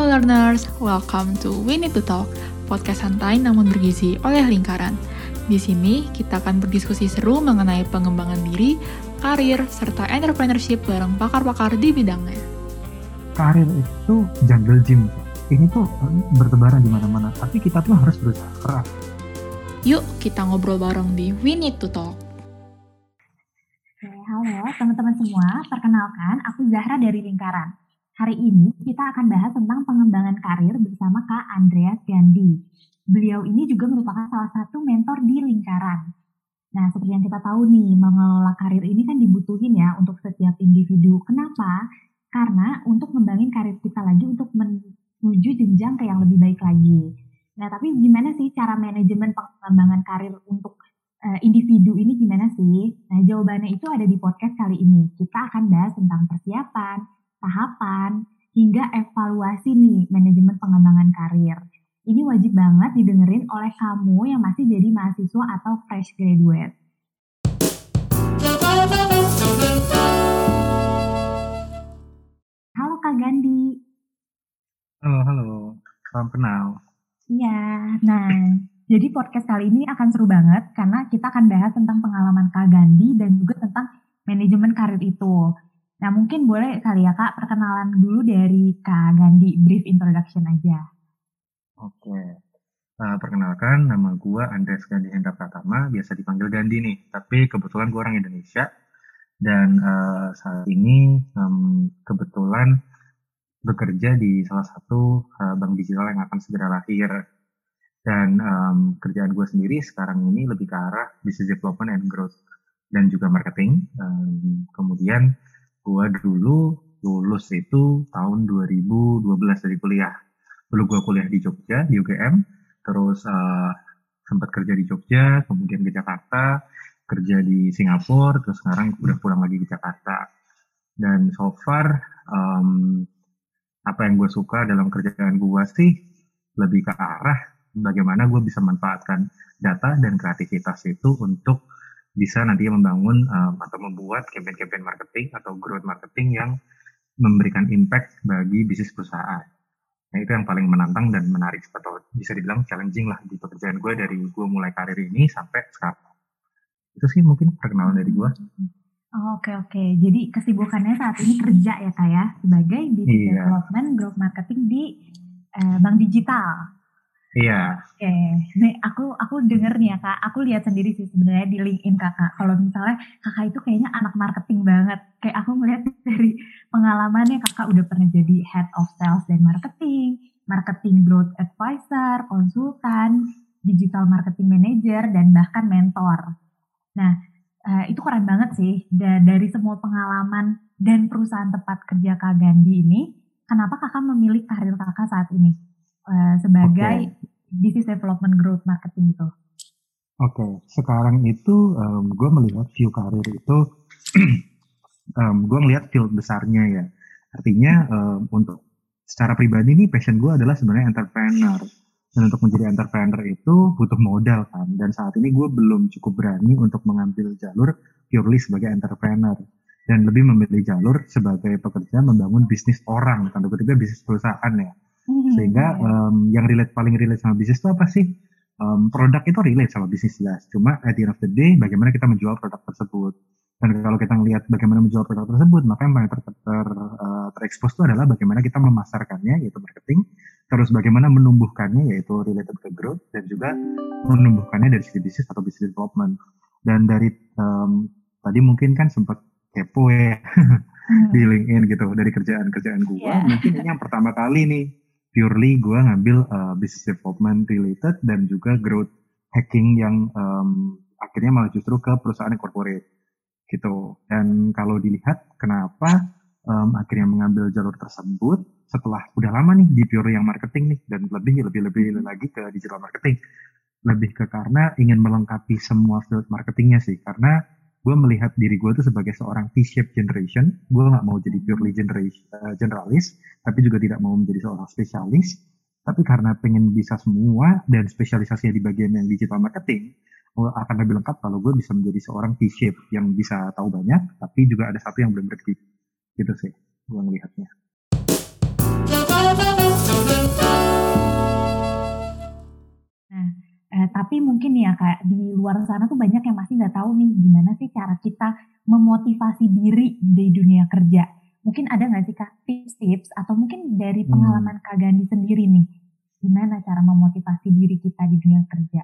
learners, welcome to We Need to Talk, podcast santai namun bergizi oleh Lingkaran. Di sini kita akan berdiskusi seru mengenai pengembangan diri, karir, serta entrepreneurship bareng pakar-pakar di bidangnya. Karir itu jungle gym. Ini tuh bertebaran di mana-mana, tapi kita tuh harus berusaha keras. Yuk kita ngobrol bareng di We Need to Talk. Halo teman-teman semua, perkenalkan aku Zahra dari Lingkaran. Hari ini kita akan bahas tentang pengembangan karir bersama Kak Andreas Gandhi. Beliau ini juga merupakan salah satu mentor di Lingkaran. Nah, seperti yang kita tahu nih, mengelola karir ini kan dibutuhin ya untuk setiap individu. Kenapa? Karena untuk ngembangin karir kita lagi untuk menuju jenjang ke yang lebih baik lagi. Nah, tapi gimana sih cara manajemen pengembangan karir untuk individu ini gimana sih? Nah, jawabannya itu ada di podcast kali ini. Kita akan bahas tentang persiapan, tahapan, hingga evaluasi nih manajemen pengembangan karir. Ini wajib banget didengerin oleh kamu yang masih jadi mahasiswa atau fresh graduate. Halo Kak Gandhi. Halo, salam kenal. Iya, nah jadi podcast kali ini akan seru banget karena kita akan bahas tentang pengalaman Kak Gandhi dan juga tentang manajemen karir itu. Nah mungkin boleh kali ya Kak perkenalan dulu dari Kak Gandhi, brief introduction aja. Oke. Perkenalkan, nama gue Andreas Gandhi Hendra Pratama, biasa dipanggil Gandhi nih. Tapi kebetulan gue orang Indonesia dan saat ini kebetulan bekerja di salah satu bank digital yang akan segera lahir. Dan kerjaan gue sendiri sekarang ini lebih ke arah business development and growth dan juga marketing. Kemudian gue dulu lulus itu tahun 2012 dari kuliah. Dulu gue kuliah di Jogja, di UGM, terus sempat kerja di Jogja, kemudian ke Jakarta, kerja di Singapura, terus sekarang udah pulang lagi ke Jakarta. Dan so far, apa yang gue suka dalam kerjaan gue sih lebih ke arah bagaimana gue bisa manfaatkan data dan kreativitas itu untuk bisa nantinya membangun atau membuat campaign-campaign marketing atau growth marketing yang memberikan impact bagi bisnis perusahaan. Nah itu yang paling menantang dan menarik atau bisa dibilang challenging lah di pekerjaan gue dari gue mulai karir ini sampai sekarang. Itu sih mungkin perkenalan dari gue. Oke. Jadi kesibukannya saat ini kerja ya Kak ya sebagai business development growth marketing di bank digital. Iya. Oke, nih aku denger nih ya Kak, aku lihat sendiri sih sebenarnya di LinkedIn Kakak. Kalau misalnya Kakak itu kayaknya anak marketing banget. Kayak aku melihat dari pengalamannya Kakak udah pernah jadi head of sales dan marketing growth advisor, konsultan, digital marketing manager, dan bahkan mentor. Nah, itu keren banget sih. Dari semua pengalaman dan perusahaan tempat kerja Kak Gandhi ini, kenapa Kakak memilih karir Kakak saat ini? Sebagai business development growth marketing itu. Oke. Sekarang itu gue melihat view karir itu gue melihat field besarnya ya. Artinya untuk secara pribadi nih passion gue adalah sebenarnya entrepreneur. Dan untuk menjadi entrepreneur itu butuh modal kan. Dan saat ini gue belum cukup berani untuk mengambil jalur purely sebagai entrepreneur. Dan lebih memilih jalur sebagai pekerja membangun bisnis orang. Tanda kutipnya bisnis perusahaan ya. Sehingga yang paling relate sama bisnis itu apa sih? Produk itu relate sama bisnis jelas. Cuma at the end of the day, bagaimana kita menjual produk tersebut. Dan kalau kita melihat bagaimana menjual produk tersebut, maka yang paling terekspos itu adalah bagaimana kita memasarkannya, yaitu marketing. Terus bagaimana menumbuhkannya, yaitu related to growth. Dan juga menumbuhkannya dari sisi bisnis atau business development. Dan dari tadi mungkin kan sempat kepo ya di LinkedIn gitu. Dari kerjaan gue, mungkin ini yang pertama kali nih. Purely gue ngambil business development related dan juga growth hacking yang akhirnya malah justru ke perusahaan yang corporate gitu. Dan kalau dilihat kenapa akhirnya mengambil jalur tersebut setelah udah lama nih di pure yang marketing nih dan lebih lagi ke digital marketing, lebih ke karena ingin melengkapi semua field marketingnya sih. Karena gue melihat diri gue tuh sebagai seorang T-shaped generation. Gue nggak mau jadi purely generalis, tapi juga tidak mau menjadi seorang spesialis. Tapi karena pengen bisa semua dan spesialisasinya di bagian yang digital marketing, akan lebih lengkap kalau gue bisa menjadi seorang T-shaped yang bisa tahu banyak, tapi juga ada satu yang benar-benar gitu sih gue melihatnya. tapi mungkin ya Kak, di luar sana tuh banyak yang masih nggak tahu nih gimana sih cara kita memotivasi diri di dunia kerja. Mungkin ada nggak sih Kak tips-tips atau mungkin dari pengalaman Kak Gandhi sendiri nih, gimana cara memotivasi diri kita di dunia kerja?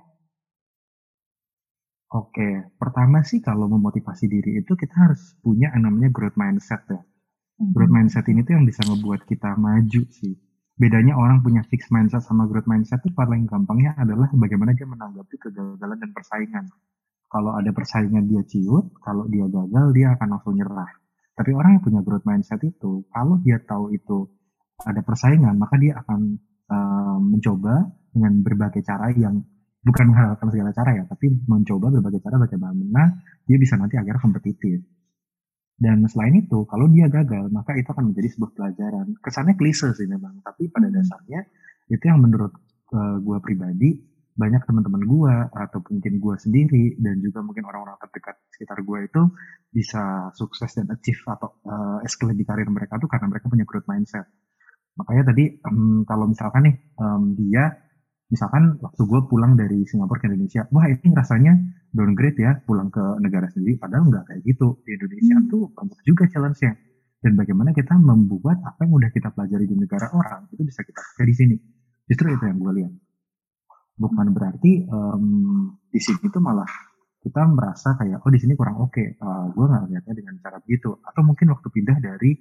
Oke, pertama sih kalau memotivasi diri itu kita harus punya yang namanya growth mindset ya. Growth mindset ini tuh yang bisa ngebuat kita maju sih. Bedanya orang punya fixed mindset sama growth mindset itu paling gampangnya adalah bagaimana dia menanggapi kegagalan dan persaingan. Kalau ada persaingan dia ciut, kalau dia gagal dia akan langsung nyerah. Tapi orang yang punya growth mindset itu, kalau dia tahu itu ada persaingan, maka dia akan mencoba dengan berbagai cara yang bukan menghalalkan segala cara ya, tapi mencoba berbagai cara bagaimana dia bisa nanti agar kompetitif. Dan selain itu, kalau dia gagal, maka itu akan menjadi sebuah pelajaran. Kesannya klise sih memang, tapi pada dasarnya itu yang menurut gue pribadi, banyak teman-teman gue, atau mungkin gue sendiri, dan juga mungkin orang-orang terdekat sekitar gue itu bisa sukses dan achieve atau escalate di karir mereka tuh karena mereka punya growth mindset. Makanya tadi kalau misalkan nih dia misalkan waktu gue pulang dari Singapura ke Indonesia, wah ini rasanya downgrade ya pulang ke negara sendiri, padahal nggak kayak gitu. Di Indonesia tuh banyak juga challenge-nya. Dan bagaimana kita membuat apa yang udah kita pelajari di negara orang, itu bisa kita pakai di sini. Justru itu yang gue lihat. Bukan berarti di sini tuh malah kita merasa kayak, oh di sini kurang oke. Gue nggak lihatnya dengan cara begitu. Atau mungkin waktu pindah dari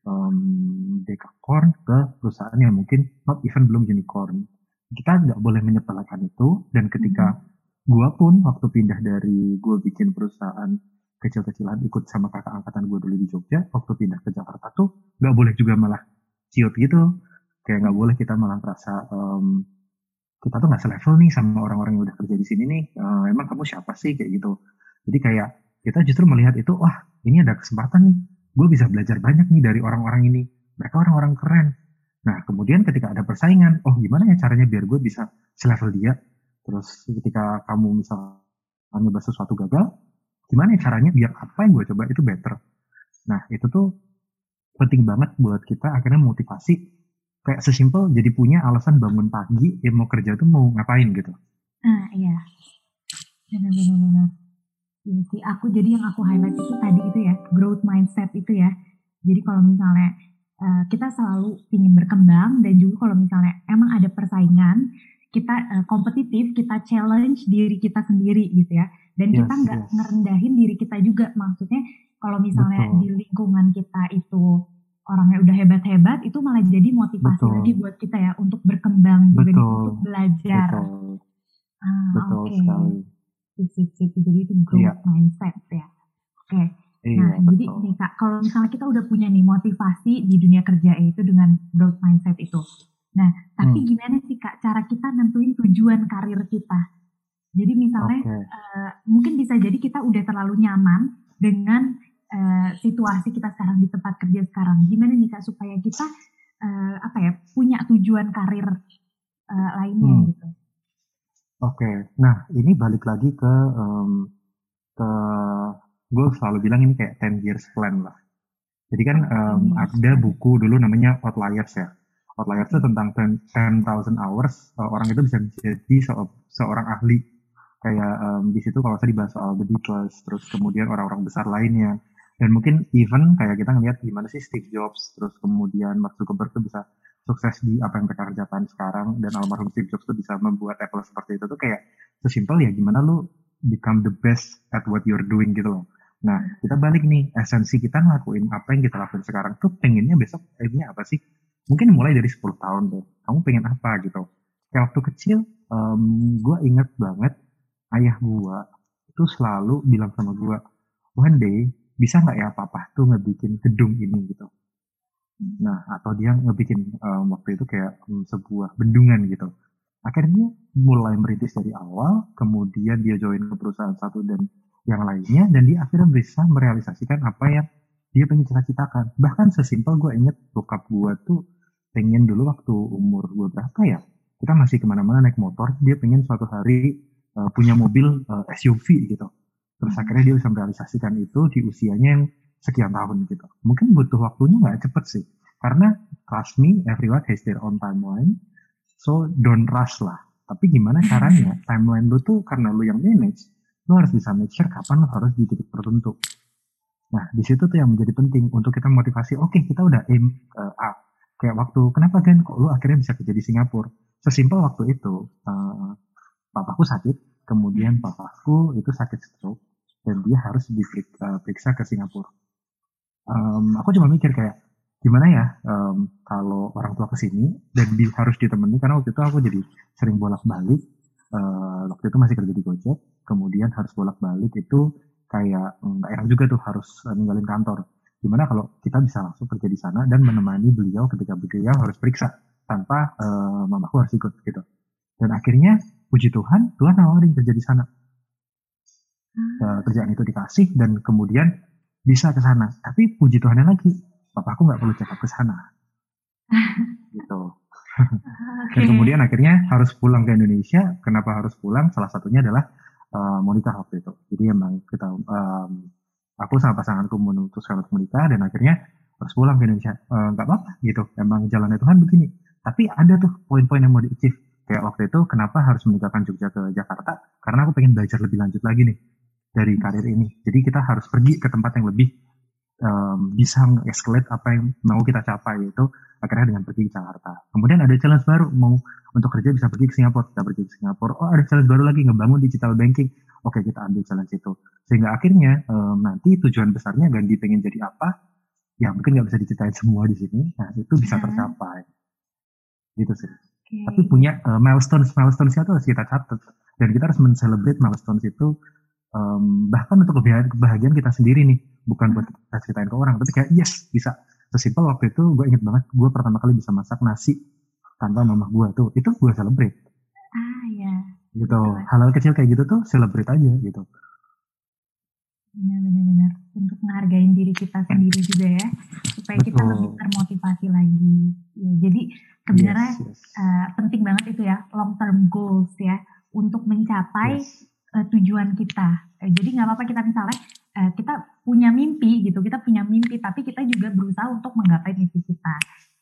Dekakorn ke perusahaan yang mungkin not even belum unicorn. Kita nggak boleh menyepelekan itu, dan ketika gue pun waktu pindah dari gue bikin perusahaan kecil-kecilan ikut sama kakak angkatan gue dulu di Jogja, waktu pindah ke Jakarta tuh nggak boleh juga malah ciut gitu, kayak nggak boleh kita malah merasa kita tuh nggak selevel nih sama orang-orang yang udah kerja di sini nih, emang kamu siapa sih kayak gitu. Jadi kayak kita justru melihat itu, wah ini ada kesempatan nih, gue bisa belajar banyak nih dari orang-orang ini, mereka orang-orang keren. Nah, kemudian ketika ada persaingan, oh gimana ya caranya biar gue bisa selevel dia? Terus ketika kamu misalnya nyoba sesuatu gagal, gimana ya caranya biar apa yang gue coba itu better? Nah, itu tuh penting banget buat kita akhirnya motivasi. Kayak sesimpel jadi punya alasan bangun pagi, ya mau kerja tuh mau ngapain gitu. Iya. Benar-benar. Iya sih, jadi yang aku highlight itu tadi itu ya, growth mindset itu ya. Jadi kalau misalnya kita selalu ingin berkembang, dan juga kalau misalnya emang ada persaingan, kita kompetitif, kita challenge diri kita sendiri gitu ya, dan kita nggak ngerendahin diri kita juga. Maksudnya kalau misalnya di lingkungan kita itu orangnya udah hebat-hebat, itu malah jadi motivasi lagi buat kita ya untuk berkembang juga, untuk belajar. Betul sekali. Sip. Jadi itu growth mindset ya. Oke. Nah, jadi nih Kak, kalau misalnya kita udah punya nih motivasi di dunia kerja itu dengan growth mindset itu. Nah, tapi gimana sih Kak cara kita nentuin tujuan karir kita? Jadi misalnya mungkin bisa jadi kita udah terlalu nyaman dengan situasi kita sekarang di tempat kerja sekarang. Gimana nih Kak supaya kita punya tujuan karir lainnya gitu? Oke. Nah ini balik lagi ke gue selalu bilang ini kayak 10 years plan lah. Jadi kan ada buku dulu namanya Outliers ya. Outliers itu tentang 10,000 hours orang itu bisa jadi seorang ahli. Kayak di situ kalau saya dibahas soal The Beatles, terus kemudian orang-orang besar lainnya. Dan mungkin even kayak kita ngeliat gimana sih Steve Jobs, terus kemudian Mark Zuckerberg itu bisa sukses di apa yang mereka kerjakan sekarang, dan almarhum Steve Jobs itu bisa membuat Apple seperti itu tuh kayak sesimpel ya gimana lu become the best at what you're doing gitu loh. Nah, kita balik nih, esensi kita ngelakuin apa yang kita lakuin sekarang tuh pengennya besok akhirnya apa sih? Mungkin mulai dari 10 tahun tuh, kamu pengen apa gitu. Kayak waktu kecil, gue inget banget ayah gue itu selalu bilang sama gue, one day bisa nggak ya papa tuh ngebikin gedung ini gitu. Nah, atau dia ngebikin waktu itu kayak sebuah bendungan gitu. Akhirnya mulai merintis dari awal, kemudian dia join ke perusahaan satu dan yang lainnya, dan dia akhirnya bisa merealisasikan apa yang dia pengen cita-citakan. Bahkan sesimpel gue inget bokap gue tuh pengen dulu waktu umur gue berapa ya, kita masih kemana-mana naik motor, dia pengen suatu hari punya mobil SUV gitu. Terus akhirnya dia bisa merealisasikan itu di usianya yang sekian tahun gitu. Mungkin butuh waktunya nggak cepet sih, karena trust me, everyone has their own timeline, so don't rush lah. Tapi gimana caranya timeline lu tuh karena lu yang manage, lu harus bisa make sure kapan lu harus di titik tertentu. Nah, di situ tuh yang menjadi penting untuk kita motivasi. Oke, kita udah aim ke A. Kayak waktu, kenapa kan kok lu akhirnya bisa kerja di Singapura? Sesimpel waktu itu, papaku sakit, kemudian papaku itu sakit stroke, dan dia harus diperiksa ke Singapura. Aku cuma mikir kayak, gimana ya kalau orang tua kesini dan harus ditemani, karena waktu itu aku jadi sering bolak-balik. Waktu itu masih kerja di Gojek, kemudian harus bolak-balik itu kayak nggak enak juga tuh harus ninggalin kantor. Gimana kalau kita bisa langsung kerja di sana dan menemani beliau ketika beliau harus periksa tanpa mamaku harus ikut gitu. Dan akhirnya puji Tuhan nawarin kerja di sana. Kerjaan itu dikasih dan kemudian bisa ke sana. Tapi puji Tuhannya lagi, papaku nggak perlu check up ke sana. Gitu. Dan kemudian akhirnya harus pulang ke Indonesia. Kenapa harus pulang? Salah satunya adalah mau nikah waktu itu. Jadi emang kita, aku sama pasanganku memutuskan untuk menikah dan akhirnya harus pulang ke Indonesia. Nggak apa-apa gitu. Emang jalannya Tuhan begini. Tapi ada tuh poin-poin yang mau di-achieve. Kayak waktu itu kenapa harus meninggalkan Jogja ke Jakarta? Karena aku pengen belajar lebih lanjut lagi nih dari karir ini. Jadi kita harus pergi ke tempat yang lebih bisa escalate apa yang mau kita capai, itu akhirnya dengan pergi ke Jakarta. Kemudian ada challenge baru, mau untuk kerja bisa pergi ke Singapura, kita pergi ke Singapura. Oh, ada challenge baru lagi, ngebangun digital banking. Oke, kita ambil challenge itu. Sehingga akhirnya nanti tujuan besarnya Gandhi pengen jadi apa, ya mungkin nggak bisa diceritain semua di sini. Nah, itu bisa tercapai. Gitu sih. Tapi punya milestones-nya itu harus kita catat. Dan kita harus men-celebrate milestones itu bahkan untuk kebahagiaan kita sendiri nih, bukan buat kita ceritain ke orang, tapi kayak yes, bisa. Sesimpel waktu itu gue inget banget, gue pertama kali bisa masak nasi tanpa mama gue tuh, itu gue celebrate. Ya. Gitu, hal-hal kecil kayak gitu tuh celebrate aja gitu. Benar-benar untuk menghargai diri kita sendiri juga ya, supaya kita lebih termotivasi lagi. Ya, jadi sebenarnya penting banget itu ya, long term goals ya, untuk mencapai tujuan kita. Jadi nggak apa-apa kita misalnya kita punya mimpi gitu, tapi kita juga berusaha untuk menggapai mimpi kita.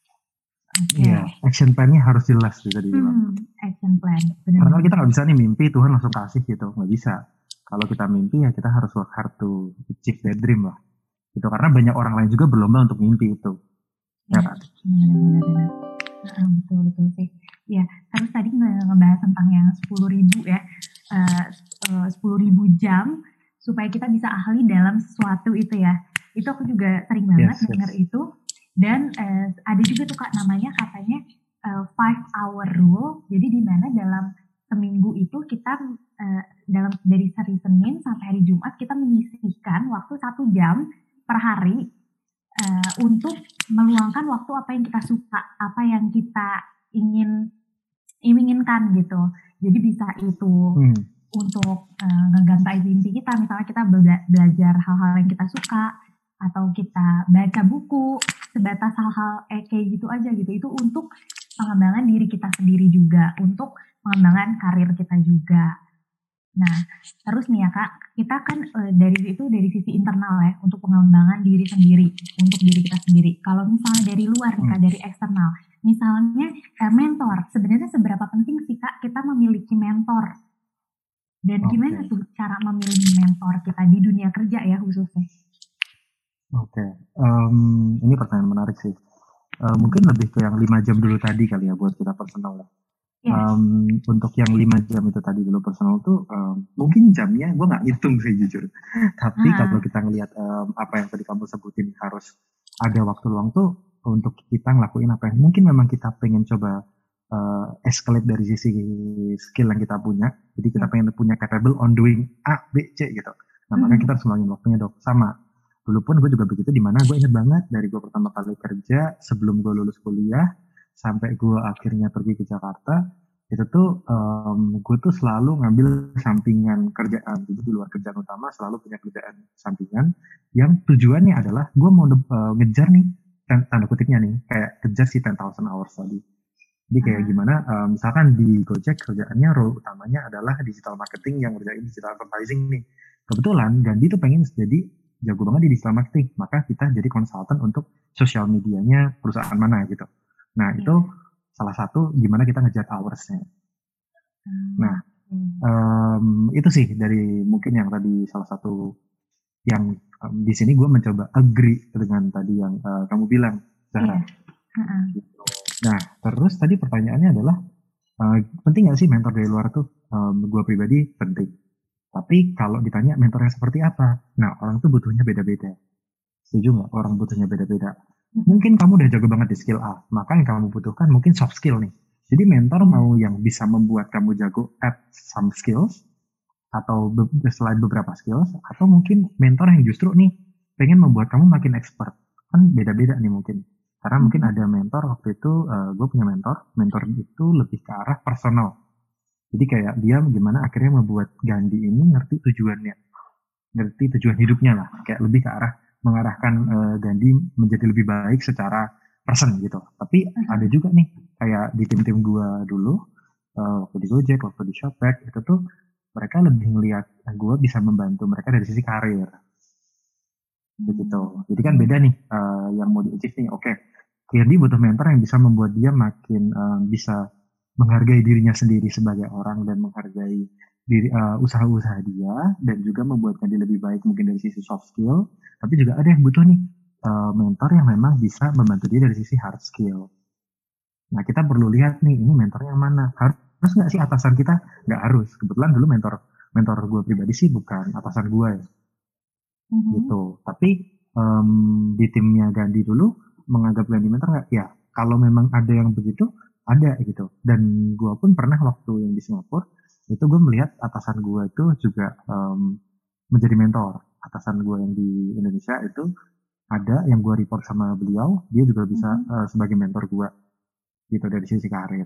Action plan-nya harus jelas bisa dibilang. Action plan. Karena kita nggak bisa nih mimpi Tuhan langsung kasih gitu, nggak bisa. Kalau kita mimpi ya kita harus work hard to achieve that dream lah. Gitu, karena banyak orang lain juga berlomba untuk mimpi itu. Ya kan? Benar. Betul sih. Ya, terus tadi ngebahas tentang yang 10.000 ya. 10.000 jam supaya kita bisa ahli dalam sesuatu itu ya. Itu aku juga sering banget dengar itu. Dan ada juga tuh Kak, namanya katanya 5-hour rule. Jadi di mana dalam seminggu itu kita dari hari Senin sampai hari Jumat kita menyisihkan waktu 1 jam per hari untuk meluangkan waktu apa yang kita suka, apa yang kita inginkan gitu. Jadi bisa itu untuk ngegantai mimpi kita, misalnya kita belajar hal-hal yang kita suka, atau kita baca buku, sebatas hal-hal kayak gitu aja gitu. Itu untuk pengembangan diri kita sendiri juga, untuk pengembangan karir kita juga. Nah, terus nih ya Kak, kita kan dari sisi internal ya, untuk pengembangan diri sendiri, untuk diri kita sendiri. Kalau misalnya dari luar nih Kak, dari eksternal, misalnya mentor, sebenarnya seberapa penting sih Kak kita memiliki mentor? Dan gimana tuh cara memilih mentor kita di dunia kerja ya khususnya? Ini pertanyaan menarik sih. Mungkin lebih ke yang 5 jam dulu tadi kali ya buat kita personal ya. Untuk yang 5 jam itu tadi dulu personal tuh mungkin jamnya gue nggak hitung sih jujur. Tapi kalau kita ngelihat apa yang tadi kamu sebutin, harus ada waktu luang tuh untuk kita ngelakuin apa yang mungkin memang kita pengen coba escalate dari sisi skill yang kita punya. Jadi kita pengen punya capable on doing A, B, C gitu. Nah makanya kita harus ngulangin waktunya dok. Sama. Dulu pun gue juga begitu, dimana gue ingat banget dari gue pertama kali kerja sebelum gue lulus kuliah sampai gue akhirnya pergi ke Jakarta, itu tuh gue tuh selalu ngambil sampingan kerjaan. Jadi di luar kerjaan utama selalu punya kerjaan sampingan yang tujuannya adalah gue mau ngejar nih, tanda kutipnya nih, kayak kejar si 10,000 hours tadi. Jadi kayak gimana, misalkan di Gojek kerjaannya role utamanya adalah digital marketing yang ngerjain digital advertising nih. Kebetulan Gandhi tuh pengen jadi jago banget di digital marketing, maka kita jadi konsultan untuk sosial medianya perusahaan mana gitu. Nah itu salah satu gimana kita ngejar hours-nya. Nah, itu sih dari mungkin yang tadi salah satu yang di sini gue mencoba agree dengan tadi yang kamu bilang, Zahra. Gitu. Nah, terus tadi pertanyaannya adalah penting nggak sih mentor dari luar tuh? Gue pribadi penting. Tapi kalau ditanya mentornya seperti apa? Nah, orang tuh butuhnya beda-beda. Setuju nggak? Orang butuhnya beda-beda. Mungkin kamu udah jago banget di skill A, maka yang kamu butuhkan mungkin soft skill nih. Jadi mentor mau yang bisa membuat kamu jago at some skills, atau selain beberapa skills, atau mungkin mentor yang justru nih pengen membuat kamu makin expert. Kan beda-beda nih mungkin. Karena mungkin ada mentor waktu itu, gue punya mentor itu lebih ke arah personal. Jadi kayak dia gimana akhirnya membuat Gandhi ini ngerti tujuannya, ngerti tujuan hidupnya lah, kayak lebih ke arah mengarahkan Gandhi menjadi lebih baik secara person gitu. Tapi ada juga nih kayak di tim-tim gue dulu, waktu di Gojek, waktu di Shopback, itu tuh mereka lebih ngelihat gue bisa membantu mereka dari sisi karir. Begitu. Jadi kan beda nih yang mau di-achieve nih. Oke, Gandhi butuh mentor yang bisa membuat dia makin bisa menghargai dirinya sendiri sebagai orang dan menghargai diri usaha-usaha dia, dan juga membuatkan dia lebih baik mungkin dari sisi soft skill. Tapi juga ada yang butuh nih mentor yang memang bisa membantu dia dari sisi hard skill. Nah, kita perlu lihat nih, ini mentornya yang mana. Harus nggak sih atasan kita? Nggak harus. Kebetulan dulu mentor gue pribadi sih bukan atasan gue ya. Gitu. Tapi di timnya Gandhi dulu menganggap Gandhi mentor nggak? Ya, kalau memang ada yang begitu, ada gitu. Dan gue pun pernah waktu yang di Singapura, itu gue melihat atasan gue itu juga menjadi mentor. Atasan gue yang di Indonesia itu ada yang gue report sama beliau, dia juga bisa sebagai mentor gue gitu dari sisi karir.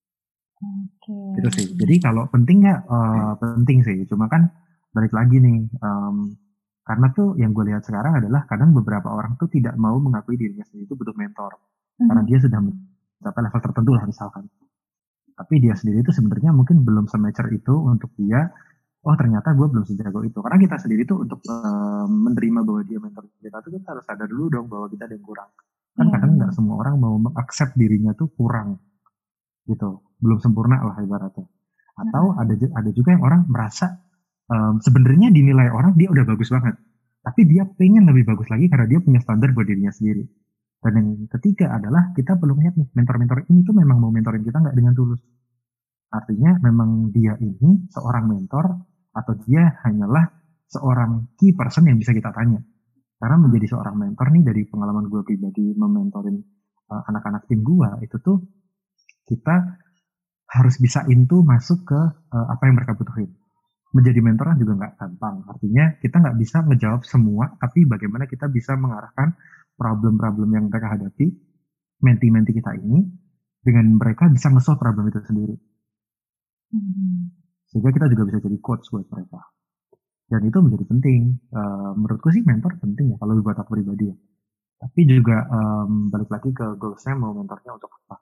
Gitu sih. Jadi kalau penting nggak? Penting sih. Cuma kan balik lagi nih, karena tuh yang gue lihat sekarang adalah kadang beberapa orang tuh tidak mau mengakui dirinya sendiri itu butuh mentor. Karena dia sudah mencapai level tertentu lah misalkan. Tapi dia sendiri itu sebenarnya mungkin belum se-mature itu untuk dia, oh ternyata gue belum sejago itu. Karena kita sendiri tuh untuk menerima bahwa dia mentor kita tuh kita harus sadar dulu dong bahwa kita ada yang kurang. Kan kadang nggak semua orang mau mengaccept dirinya tuh kurang gitu, belum sempurna lah ibaratnya. Atau ada juga yang orang merasa sebenarnya dinilai orang dia udah bagus banget, tapi dia pengen lebih bagus lagi karena dia punya standar buat dirinya sendiri. Dan yang ketiga adalah kita perlu lihat nih, mentor-mentor ini tuh memang mau mentorin kita nggak dengan tulus. Artinya memang dia ini seorang mentor atau dia hanyalah seorang key person yang bisa kita tanya. Karena menjadi seorang mentor nih, dari pengalaman gue pribadi mementorin anak-anak tim gue, itu tuh kita harus bisa into masuk ke apa yang mereka butuhin. Menjadi mentor juga nggak gampang. Artinya kita nggak bisa ngejawab semua, tapi bagaimana kita bisa mengarahkan problem-problem yang mereka hadapi, menti-menti kita ini, dengan mereka bisa nge-solve problem itu sendiri. Sehingga kita juga bisa jadi coach buat mereka. Dan itu menjadi penting. Menurutku sih mentor penting ya, kalau buat aku pribadi ya. Tapi juga balik lagi ke goals-nya, mau mentornya untuk apa.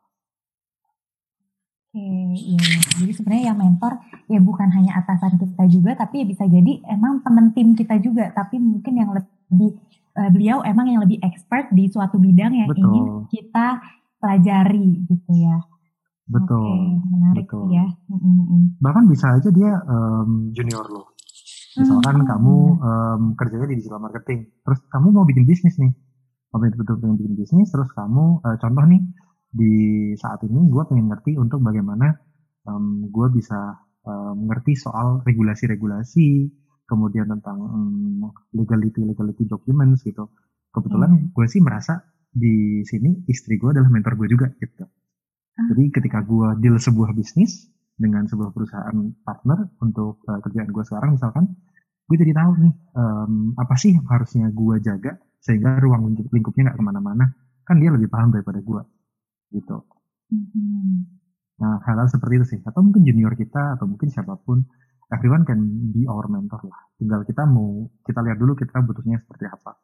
Iya. Jadi sebenarnya yang mentor ya bukan hanya atasan kita juga, tapi ya bisa jadi emang teman tim kita juga, tapi mungkin yang lebih beliau emang yang lebih expert di suatu bidang yang ingin kita pelajari gitu ya. Betul. Menarik sih ya. Bahkan bisa aja dia junior lo. Misalkan kamu kerjanya di digital marketing, terus kamu mau bikin bisnis nih, betul-betul pengen bikin bisnis, terus kamu contoh nih, di saat ini gue pengen ngerti untuk bagaimana gue bisa ngerti soal regulasi-regulasi, kemudian tentang legality documents gitu. Kebetulan gue sih merasa di sini istri gue adalah mentor gue juga gitu. Jadi ketika gue deal sebuah bisnis dengan sebuah perusahaan partner untuk kerjaan gue sekarang misalkan, gue jadi tahu nih apa sih yang harusnya gue jaga sehingga ruang lingkupnya nggak kemana-mana. Kan dia lebih paham daripada gue gitu. Nah, hal-hal seperti itu sih. Atau mungkin junior kita atau mungkin siapapun, everyone can be our mentor lah. Tinggal kita lihat dulu kita butuhnya seperti apa.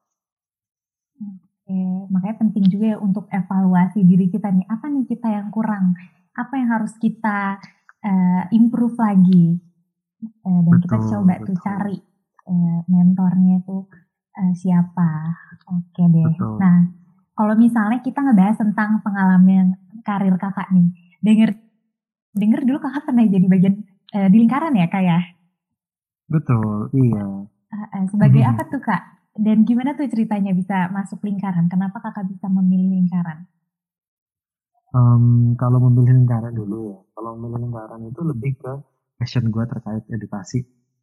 Makanya penting juga ya untuk evaluasi diri kita nih. Apa nih kita yang kurang? Apa yang harus kita improve lagi? Dan kita coba tuh cari mentornya itu siapa. Oke deh. Nah, kalau misalnya kita ngebahas tentang pengalaman karir kakak nih, Dengar dulu kakak pernah jadi bagian di lingkaran ya kak ya? Betul, iya. Sebagai apa tuh kak? Dan gimana tuh ceritanya bisa masuk lingkaran? Kenapa kakak bisa memilih lingkaran? Kalau memilih lingkaran dulu ya. Kalau memilih lingkaran itu lebih ke passion gue terkait edukasi.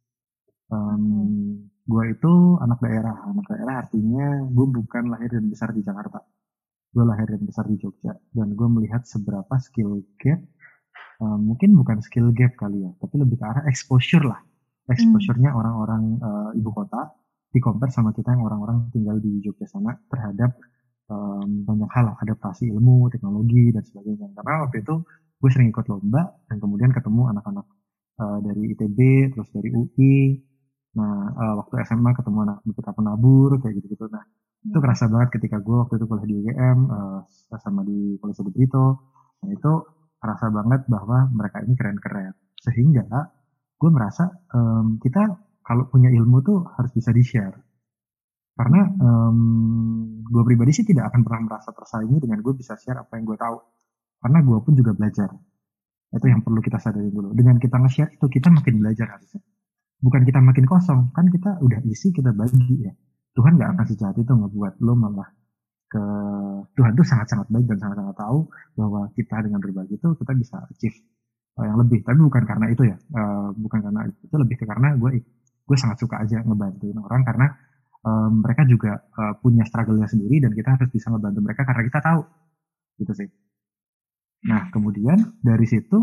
Gue itu anak daerah. Anak daerah artinya gue bukan lahir dan besar di Jakarta. Gue lahir dan besar di Jogja. Dan gue melihat seberapa skill gap, mungkin bukan skill gap kali ya, tapi lebih ke arah exposure lah. Exposure-nya orang-orang ibu kota di compare sama kita yang orang-orang tinggal di Jogja sana terhadap banyak hal, adaptasi ilmu, teknologi, dan sebagainya. Karena waktu itu gue sering ikut lomba dan kemudian ketemu anak-anak dari ITB, terus dari UI. Nah, waktu SMA ketemu anak beberapa penabur, kayak gitu-gitu. Nah, itu kerasa banget ketika gue waktu itu kuliah di UGM, sama di Polisi de Brito. Nah, itu kerasa banget bahwa mereka ini keren-keren. Sehingga gue merasa kita kalau punya ilmu tuh harus bisa di-share. Karena gue pribadi sih tidak akan pernah merasa tersaingi dengan gue bisa share apa yang gue tahu. Karena gue pun juga belajar. Itu yang perlu kita sadari dulu. Dengan kita nge-share itu kita makin belajar harusnya. Bukan kita makin kosong. Kan kita udah isi, kita bagi ya. Tuhan gak akan sejahat itu ngebuat lo malah ke... Tuhan tuh sangat-sangat baik dan sangat-sangat tahu bahwa kita dengan berbagi itu kita bisa achieve yang lebih. Tapi bukan karena itu ya. Bukan karena itu, lebih ke karena gue sangat suka aja ngebantuin orang karena mereka juga punya struggle-nya sendiri dan kita harus bisa ngebantu mereka karena kita tahu gitu sih. Nah kemudian dari situ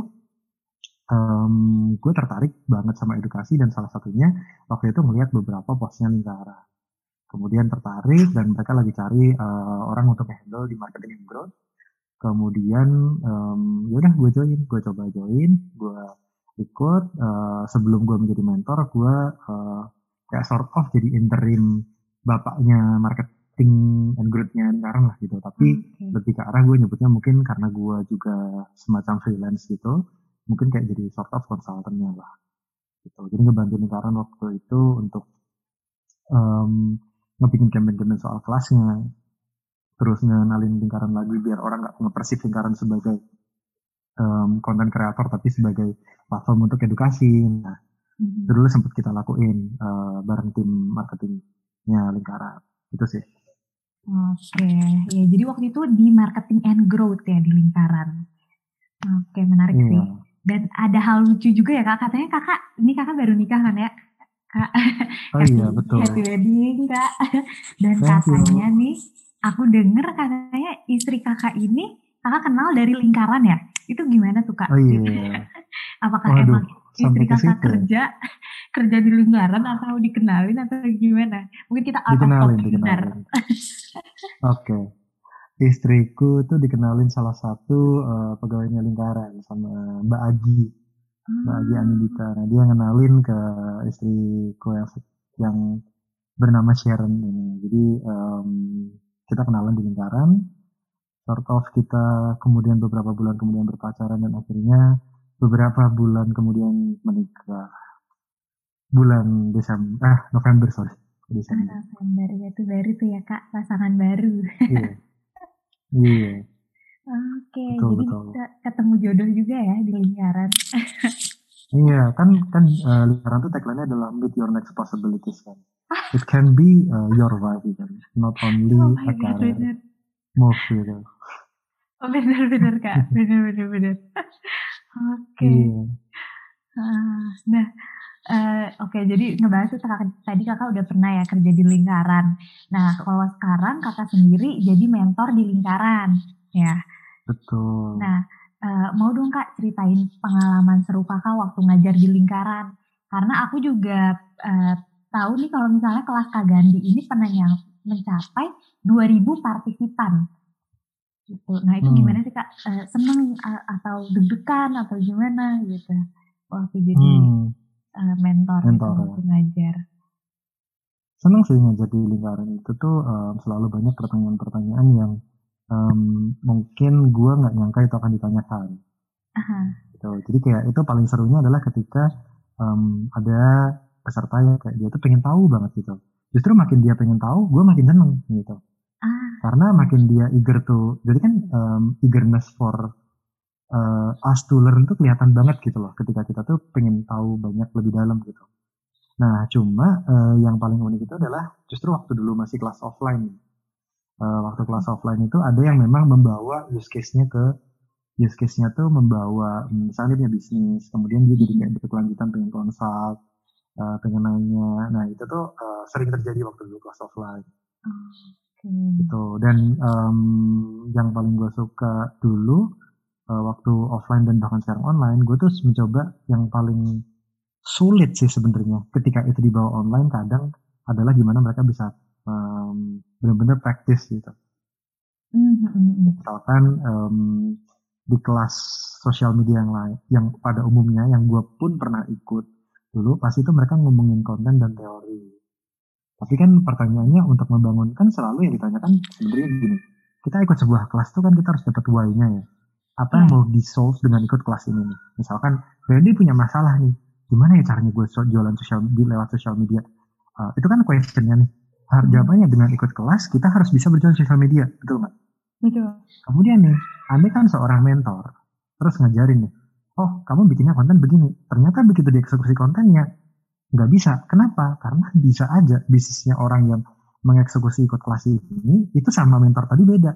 gue tertarik banget sama edukasi dan salah satunya waktu itu melihat beberapa postnya Lingkaran. Kemudian tertarik dan mereka lagi cari orang untuk handle di marketing and growth. Kemudian ya udah gue coba join, gue ikut. Sebelum gue menjadi mentor, gue kayak sort of jadi interim bapaknya marketing and growth-nya Lingkaran lah gitu. Tapi lebih ke arah gue nyebutnya mungkin karena gue juga semacam freelance gitu. Mungkin kayak jadi sort of konsultannya lah gitu. Jadi ngebantu Lingkaran waktu itu untuk ngebikin campaign-campaign soal kelasnya, terus ngenalin Lingkaran lagi biar orang nggak ngepersif Lingkaran sebagai konten kreator tapi sebagai platform untuk edukasi. Nah, itu dulu sempat kita lakuin bareng tim marketingnya Lingkaran. Itu sih. Oke, ya jadi waktu itu di marketing and growth ya di Lingkaran. Oke, menarik sih. Dan ada hal lucu juga ya kak, katanya ini kakak baru nikah kan ya? Kak, oh iya betul. Happy wedding kak. Dan katanya nih, aku denger katanya istri kakak ini kakak kenal dari Lingkaran ya? Itu gimana tuh kak? Oh iya. Apakah emang istri kakak kerja di Lingkaran atau dikenalin atau gimana? Mungkin kita dikenalin. Oke. Istriku tuh dikenalin salah satu pegawainya Lingkaran sama Mbak Agi. Mbak Agi Anindita. Nah, dia ngenalin ke istriku yang bernama Sharon ini. Jadi kita kenalan di Lingkaran. Sort of kita kemudian beberapa bulan kemudian berpacaran dan akhirnya beberapa bulan kemudian menikah. Bulan November. November ya, itu baru tuh ya kak, pasangan baru. Iya. Oke, jadi kita ketemu jodoh juga ya di Lingkaran. Iya, kan Lingkaran tuh tagline-nya adalah meet your next possibilities kan. It can be your wife kan, not only a career move gitu. Oh benar kak, benar. Oke. Nah, oke, jadi ngebahas tuh tadi kakak udah pernah ya kerja di Lingkaran. Nah, kalau sekarang kakak sendiri jadi mentor di Lingkaran, ya. Betul. Nah, mau dong kak ceritain pengalaman seru kakak waktu ngajar di Lingkaran. Karena aku juga tahu nih kalau misalnya kelas Kak Gandhi ini pernah yang mencapai 2.000 partisipan. Gitu. Nah, itu gimana sih kak? Seneng atau deg-degan atau gimana gitu waktu jadi mentor gitu, waktu ngajar? Seneng sih ngajar di Lingkaran itu tuh selalu banyak pertanyaan-pertanyaan yang mungkin gue nggak nyangka itu akan ditanyakan. Gitu. Jadi kayak itu paling serunya adalah ketika ada peserta yang kayak dia tuh pengen tahu banget gitu. Justru makin dia pengen tahu, gue makin seneng gitu. Karena makin dia eager tuh, jadi kan eagerness for us to learn tuh kelihatan banget gitu loh ketika kita tuh pengen tahu banyak lebih dalam gitu. Nah, cuma yang paling unik itu adalah justru waktu dulu masih kelas offline. Waktu kelas offline itu ada yang memang membawa use case-nya tuh membawa misalnya dia punya bisnis, kemudian dia jadi kayak berkelanjutan pengen consult, pengen nanya. Nah, itu tuh sering terjadi waktu dulu kelas offline. Gitu. Dan yang paling gue suka dulu waktu offline dan bahkan sekarang online, gue tuh mencoba yang paling sulit sih sebenarnya ketika itu dibawa online kadang adalah gimana mereka bisa benar-benar praktis gitu. Misalkan di kelas sosial media yang lain, yang pada umumnya yang gue pun pernah ikut dulu, pasti itu mereka ngomongin konten dan teori. Tapi kan pertanyaannya untuk membangun kan selalu yang ditanyakan sebenarnya gini, kita ikut sebuah kelas tuh kan kita harus dapat why-nya ya. Apa yang mau di-solve dengan ikut kelas ini nih? Misalkan dia punya masalah nih, gimana ya caranya gue jualan lewat sosial media? Itu kan question-nya nih. Jawabannya dengan ikut kelas, kita harus bisa berjualan sosial media, betul nggak? Betul. Kemudian nih, Anda kan seorang mentor, terus ngajarin nih, oh kamu bikinnya konten begini, ternyata begitu dieksekusi kontennya, nggak bisa. Kenapa? Karena bisa aja bisnisnya orang yang mengeksekusi ikut kelas ini, itu sama mentor tadi beda.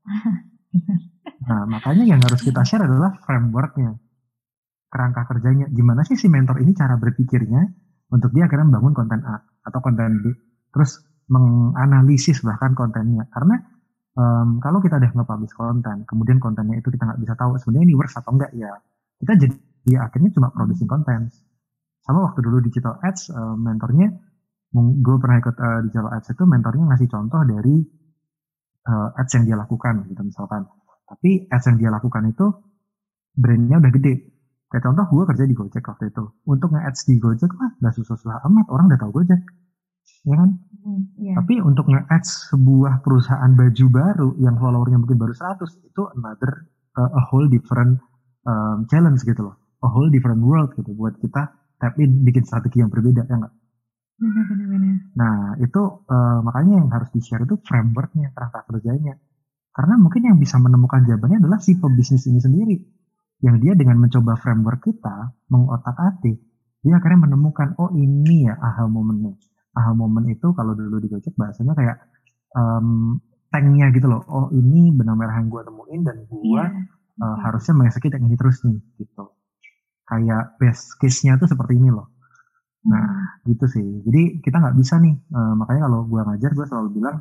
Nah, makanya yang harus kita share adalah frameworknya, kerangka kerjanya. Gimana sih si mentor ini cara berpikirnya untuk dia akhirnya membangun konten A atau konten B, terus menganalisis bahkan kontennya. Karena kalau kita udah nge-publish konten, kemudian kontennya itu kita nggak bisa tahu sebenarnya ini works atau enggak ya, kita jadi akhirnya cuma producing konten. Sama waktu dulu digital ads, mentornya, gue pernah ikut digital ads itu mentornya ngasih contoh dari ads yang dia lakukan gitu misalkan. Tapi ads yang dia lakukan itu brandnya udah gede. Kayak contoh gue kerja di Gojek waktu itu. Untuk nge-ads di Gojek mah gak susah-susah amat, orang udah tahu Gojek. Ya kan? Tapi untuk nge-ads sebuah perusahaan baju baru yang followernya mungkin baru 100, itu another a whole different challenge gitu loh. A whole different world gitu buat kita tap in, bikin strategi yang berbeda, ya nggak? Benar. Nah, itu makanya yang harus di-share itu frameworknya, kerangka kerjanya. Karena mungkin yang bisa menemukan jawabannya adalah si pebisnis ini sendiri. Yang dia dengan mencoba framework kita, mengotak-atik, dia akhirnya menemukan, oh ini ya aha momennya. Aha moment itu kalau dulu di Gojek bahasanya kayak tanknya gitu loh. Oh ini benang merah yang gue temuin dan gue harusnya mengeksekusi yang ini terus nih gitu. Kayak best case-nya tuh seperti ini loh. Nah gitu sih. Jadi kita nggak bisa nih. Makanya kalau gue ngajar gue selalu bilang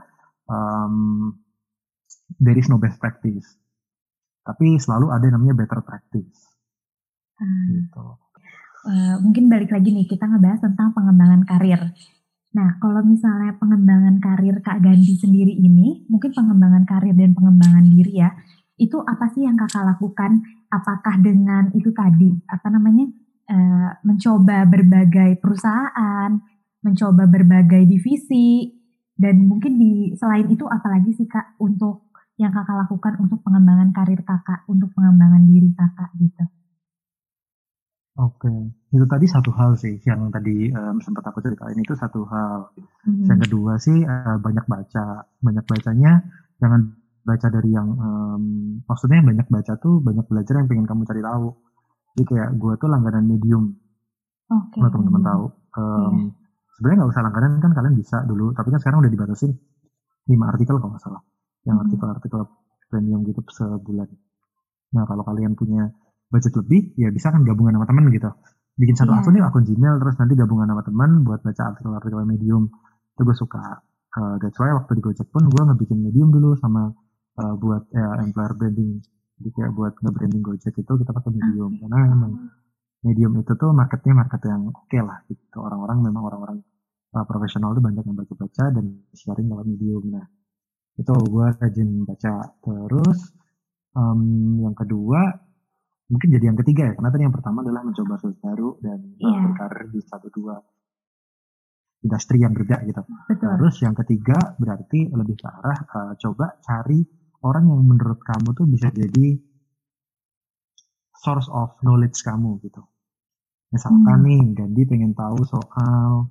there is no best practice. Tapi selalu ada yang namanya better practice. Gitu. Mungkin balik lagi nih kita ngebahas tentang pengembangan karir. Nah, kalau misalnya pengembangan karir Kak Gandhi sendiri ini, mungkin pengembangan karir dan pengembangan diri ya, itu apa sih yang Kakak lakukan? Apakah dengan itu tadi, mencoba berbagai perusahaan, mencoba berbagai divisi, dan mungkin selain itu apalagi sih Kak untuk yang Kakak lakukan untuk pengembangan karir Kakak, untuk pengembangan diri Kakak gitu? Oke, itu tadi satu hal sih yang tadi sempat aku ceritain itu satu hal. Yang kedua sih banyak baca, banyak bacanya jangan baca dari yang maksudnya banyak baca tuh banyak belajar yang pengen kamu cari tahu. Jadi kayak gue tuh langganan Medium, kalau teman-teman tahu. Sebenarnya nggak usah langganan kan kalian bisa dulu, tapi kan sekarang udah dibatasin 5 artikel kalau nggak salah, yang artikel-artikel premium gitu sebulan. Nah kalau kalian punya budget lebih, ya bisa kan gabungan sama teman gitu. Bikin satu akun nih, akun Gmail, terus nanti gabungan sama teman buat baca artikel-artikel Medium. Itu gue suka. That's why waktu di Gojek pun gue ngebikin Medium dulu sama buat employer branding. Jadi kayak buat nge-branding Gojek itu kita pakai Medium. Karena emang Medium itu tuh market yang oke lah gitu. Orang-orang profesional tuh banyak yang baca-baca dan sharing lewat Medium. Nah, itu gue rajin baca. Terus yang kedua, mungkin jadi yang ketiga ya, karena tadi yang pertama adalah mencoba sesuatu baru dan berkarir di 1-2 industri yang berbeda gitu. Betul. Terus yang ketiga berarti lebih ke arah coba cari orang yang menurut kamu tuh bisa jadi source of knowledge kamu gitu. Misalkan nih Gandhi pengen tahu soal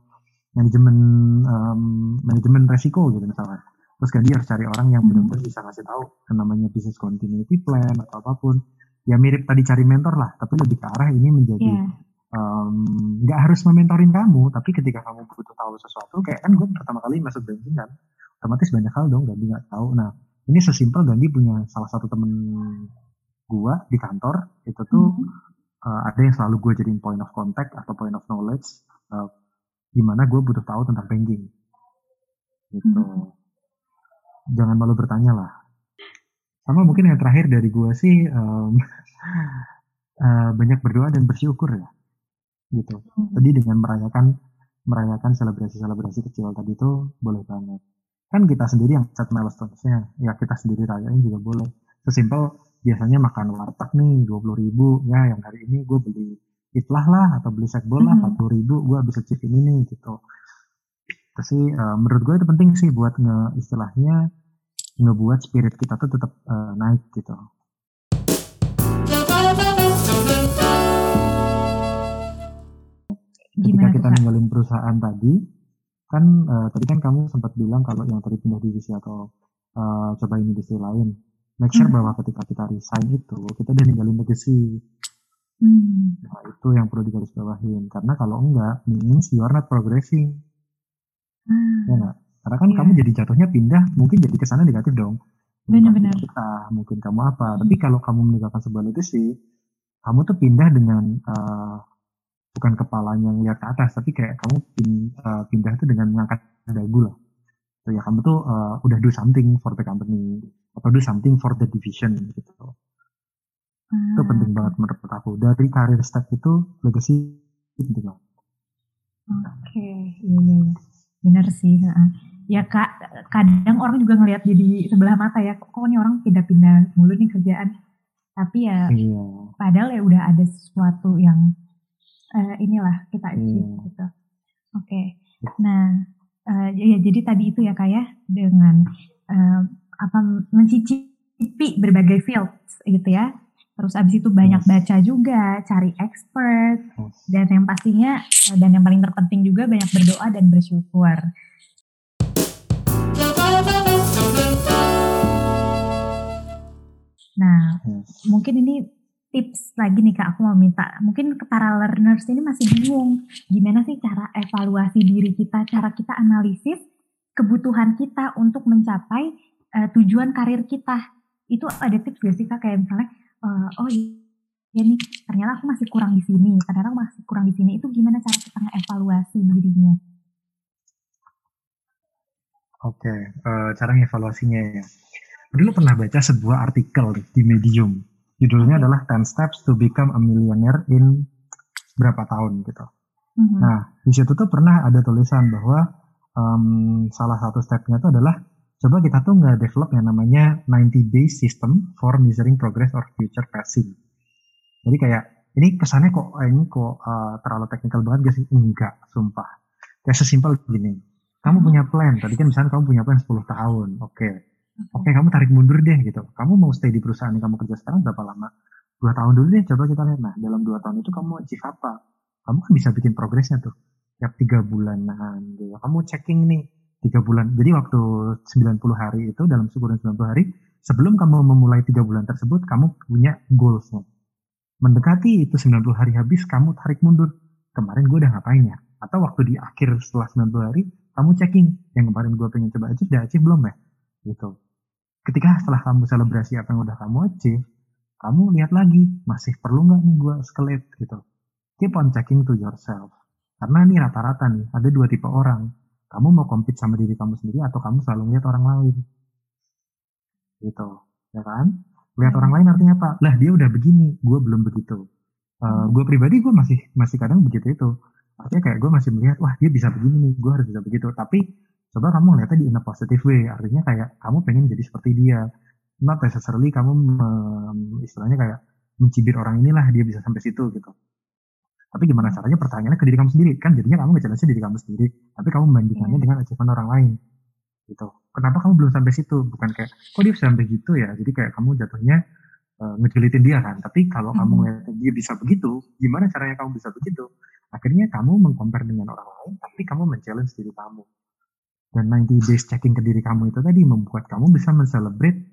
manajemen resiko gitu misalkan. Terus Gandhi harus cari orang yang benar-benar bisa ngasih tahu yang namanya business continuity plan atau apapun. ya mirip tadi cari mentor lah, tapi lebih ke arah ini menjadi nggak harus mementorin kamu, tapi ketika kamu butuh tahu sesuatu, kayak kan gue pertama kali masuk banking kan, otomatis banyak hal dong Gandhi nggak tahu. Nah ini sesimpel Gandhi punya salah satu temen gue di kantor itu tuh ada yang selalu gue jadiin point of contact atau point of knowledge, gimana gue butuh tahu tentang banking gitu. Jangan malu bertanya lah. Sama mungkin yang terakhir dari gue sih banyak berdoa dan bersyukur ya gitu. Tadi dengan merayakan selebrasi kecil tadi itu boleh banget. Kan kita sendiri yang set milestones-nya, ya kita sendiri rayain juga boleh. Sesimpel biasanya makan warteg nih 20.000, ya yang hari ini gue beli itlah lah atau beli sekbol lah 40.000, gue bisa achieve ini nih gitu. Terus sih menurut gue itu penting sih buat istilahnya ngebuat spirit kita tuh tetap naik gitu. Ketika kita ninggalin perusahaan tadi kan kamu sempat bilang kalau yang tadi pindah divisi atau coba industri lain, make sure bahwa ketika kita resign itu kita udah ninggalin legacy. Nah itu yang perlu digarisbawahin, karena kalau enggak means you are not progressing. Ya enggak? Karena kan kamu jadi jatuhnya pindah, mungkin jadi kesana negatif dong. Benar-benar. Mungkin kamu apa? Tapi kalau kamu meninggalkan sebuah legacy, kamu tuh pindah dengan bukan kepalanya ngeliat ke atas, tapi kayak kamu pindah tuh dengan mengangkat dagu lah. So, ya kamu tuh udah do something for the company atau do something for the division gitu. Itu penting banget menurut aku. Dari karir step itu legacy penting banget. Oke, iya. Benar sih. Ya kadang orang juga ngelihat jadi sebelah mata ya, kok ini orang pindah-pindah mulu nih kerjaan. Tapi ya padahal ya udah ada sesuatu yang inilah kita achieve gitu. Oke. Nah, ya jadi tadi itu ya Kak ya, dengan mencicipi berbagai fields gitu ya. Terus abis itu banyak baca juga, cari expert, dan yang pastinya dan yang paling terpenting juga banyak berdoa dan bersyukur. Nah, mungkin ini tips lagi nih Kak, aku mau minta. Mungkin para learners ini masih bingung, gimana sih cara evaluasi diri kita, cara kita analisis kebutuhan kita untuk mencapai tujuan karir kita. Itu ada tips gak sih Kak, kayak misalnya, oh iya nih, ternyata aku masih kurang di sini, itu gimana cara kita ngevaluasi dirinya? Oke, cara ngevaluasinya ya. Dulu pernah baca sebuah artikel di Medium. Judulnya adalah 10 Steps to Become a Millionaire in berapa tahun gitu. Nah, di situ tuh pernah ada tulisan bahwa salah satu stepnya itu adalah coba kita tuh nge-develop yang namanya 90 days system for measuring progress or future passing. Jadi kayak ini kesannya kok terlalu teknikal banget gak sih? Enggak, sumpah. Kayak sesimpel begini. Kamu punya plan, tadi kan misalnya kamu punya plan 10 tahun. Oke, kamu tarik mundur deh gitu. Kamu mau stay di perusahaan yang kamu kerja sekarang berapa lama? 2 tahun dulu deh, coba kita lihat. Nah, dalam 2 tahun itu kamu achieve apa? Kamu kan bisa bikin progresnya tuh. Tiap 3 bulanan gitu. Kamu checking nih 3 bulan. Jadi waktu 90 hari itu, dalam syukuran 90 hari, sebelum kamu memulai 3 bulan tersebut, kamu punya goals-nya. Mendekati itu 90 hari habis, kamu tarik mundur. Kemarin gue udah ngapain ya? Atau waktu di akhir setelah 90 hari, kamu checking. Yang kemarin gue pengen coba achieve, udah achieve belum ya? Gitu. Ketika setelah kamu selebrasi apa yang udah kamu achieve, kamu lihat lagi, masih perlu nggak nih gue escalate gitu. Keep on checking to yourself. Karena ini rata-rata nih, ada 2 tipe orang. Kamu mau compete sama diri kamu sendiri atau kamu selalu lihat orang lain. Gitu, ya kan? Lihat orang lain artinya apa? Lah dia udah begini, gue belum begitu. Gue pribadi gue masih kadang begitu itu. Artinya kayak gue masih melihat, wah dia bisa begini nih, gue harus bisa begitu. Tapi coba kamu lihatnya di in a positive way, artinya kayak kamu pengen jadi seperti dia. Not necessarily kamu istilahnya kayak mencibir orang inilah dia bisa sampai situ gitu. Tapi gimana caranya pertanyaannya ke diri kamu sendiri, kan jadinya kamu nge-challenge diri kamu sendiri, tapi kamu membandingkannya dengan achievement orang lain gitu. Kenapa kamu belum sampai situ? Bukan kayak, kok dia bisa sampai gitu ya? Jadi kayak kamu jatuhnya ngejulitin dia kan. Tapi kalau kamu ngeliat dia bisa begitu, gimana caranya kamu bisa begitu? Akhirnya kamu meng-compare dengan orang lain, tapi kamu men-challenge diri kamu. Dan 90 days checking ke diri kamu itu tadi membuat kamu bisa men-celebrate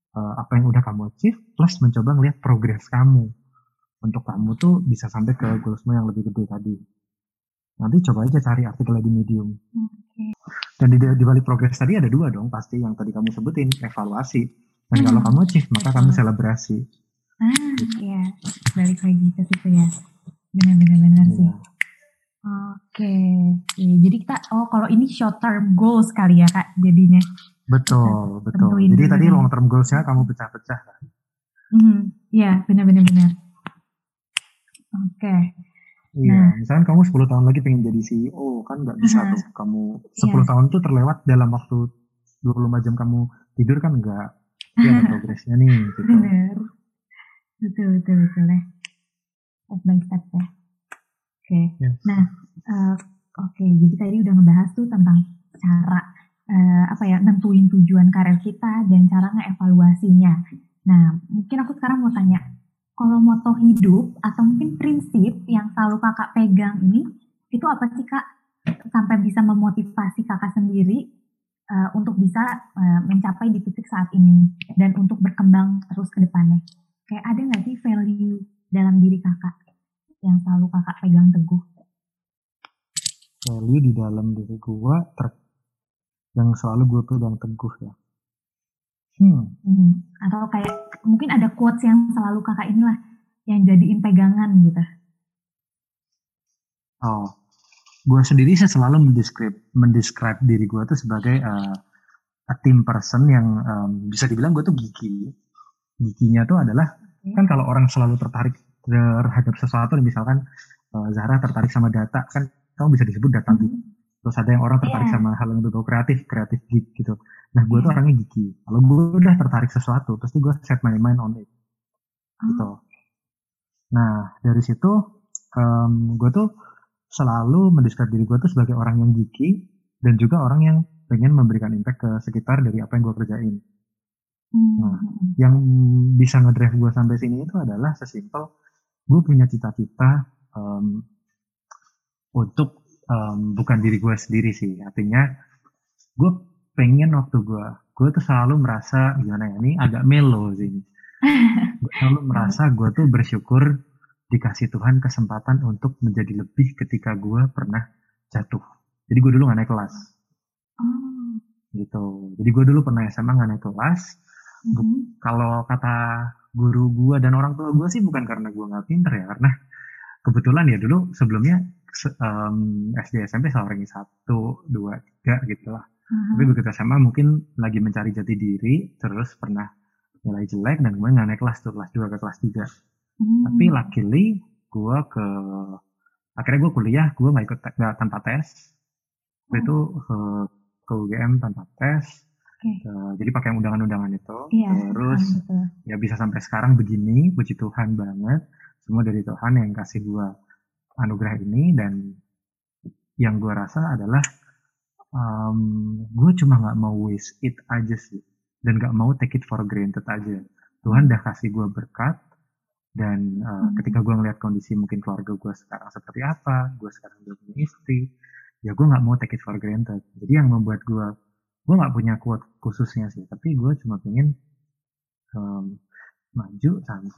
apa yang udah kamu achieve plus mencoba ngelihat progres kamu untuk kamu tuh bisa sampai ke goalsmu yang lebih gede tadi. Nanti coba aja cari artikelnya di Medium. Oke. Dan di balik progres tadi ada dua dong pasti yang tadi kamu sebutin, evaluasi. Dan kalau kamu achieve maka kamu selebrasi. Iya, balik lagi ke situ ya. Benar-benar sih. Iya. Oke, ya, jadi kita, kalau ini short term goals kali ya Kak jadinya. Betul. tentuin Jadi dulu tadi nih. long term goals-nya kamu pecah-pecah kan? Iya, benar. Oke. Iya, Nah. misalkan kamu 10 tahun lagi pengen jadi CEO, kan nggak bisa tuh. Kamu 10 tahun tuh terlewat dalam waktu 24 jam kamu tidur kan nggak. Tapi ada progresnya nih gitu. Benar. Betul ya. Step by step ya. Oke. Yes. Nah, oke. Jadi tadi udah ngebahas tuh tentang cara nentuin tujuan karir kita dan cara ngeevaluasinya. Nah, mungkin aku sekarang mau tanya, kalau moto hidup atau mungkin prinsip yang selalu kakak pegang ini, itu apa sih Kak? Sampai bisa memotivasi kakak sendiri untuk bisa mencapai di titik saat ini dan untuk berkembang terus ke depannya. Kayak ada nggak sih value dalam diri kakak yang selalu kakak pegang teguh? Value di dalam diri gue yang selalu gue pegang teguh ya. Atau kayak mungkin ada quotes yang selalu kakak inilah yang jadiin pegangan gitu. Gue sendiri sih selalu mendescribe diri gue tuh sebagai a team person yang bisa dibilang gue tuh geeky. Geeky-nya tuh adalah kan kalau orang selalu tertarik terhadap sesuatu, misalkan Zahra tertarik sama data, kan kamu bisa disebut data geek. Terus ada yang orang tertarik sama hal yang berbau kreatif geek gitu. Nah gue tuh orangnya geeky. Kalau gue udah tertarik sesuatu, pasti gue set my mind on it. Gitu. Nah dari situ gue tuh selalu mendescribe diri gue tuh sebagai orang yang geeky dan juga orang yang pengen memberikan impact ke sekitar dari apa yang gue kerjain. Nah, yang bisa ngedrive gue sampai sini itu adalah sesimpel gue punya cita-cita untuk bukan diri gue sendiri sih. Artinya gue pengen waktu gue tuh selalu merasa gimana ya, ini agak melo sih. Gue selalu merasa gue tuh bersyukur dikasih Tuhan kesempatan untuk menjadi lebih ketika gue pernah jatuh. Jadi gue dulu gak naik kelas. Gitu. Jadi gue dulu pernah SMA gak naik kelas. Kalau kata guru gue dan orang tua gue sih bukan karena gue gak pinter ya. Karena kebetulan ya dulu sebelumnya SD SMP selalu ranking 1, 2, 3 gitu lah. Tapi begitu SMA mungkin lagi mencari jati diri. Terus pernah nilai jelek dan kemudian gak naik kelas tuh. Kelas 2 ke kelas 3. Tapi luckily akhirnya gue kuliah, gue nggak tanpa tes. Itu ke UGM tanpa tes. Jadi pakai undangan-undangan itu. Terus ya bisa sampai sekarang begini, puji Tuhan banget. Semua dari Tuhan yang kasih gue anugerah ini. Dan yang gue rasa adalah gue cuma nggak mau waste it aja sih, dan nggak mau take it for granted aja. Tuhan udah kasih gue berkat. Dan ketika gue ngeliat kondisi mungkin keluarga gue sekarang seperti apa, gue sekarang udah punya istri, ya gue nggak mau take it for granted. Jadi yang membuat gue nggak punya quote khususnya sih, tapi gue cuma pengen maju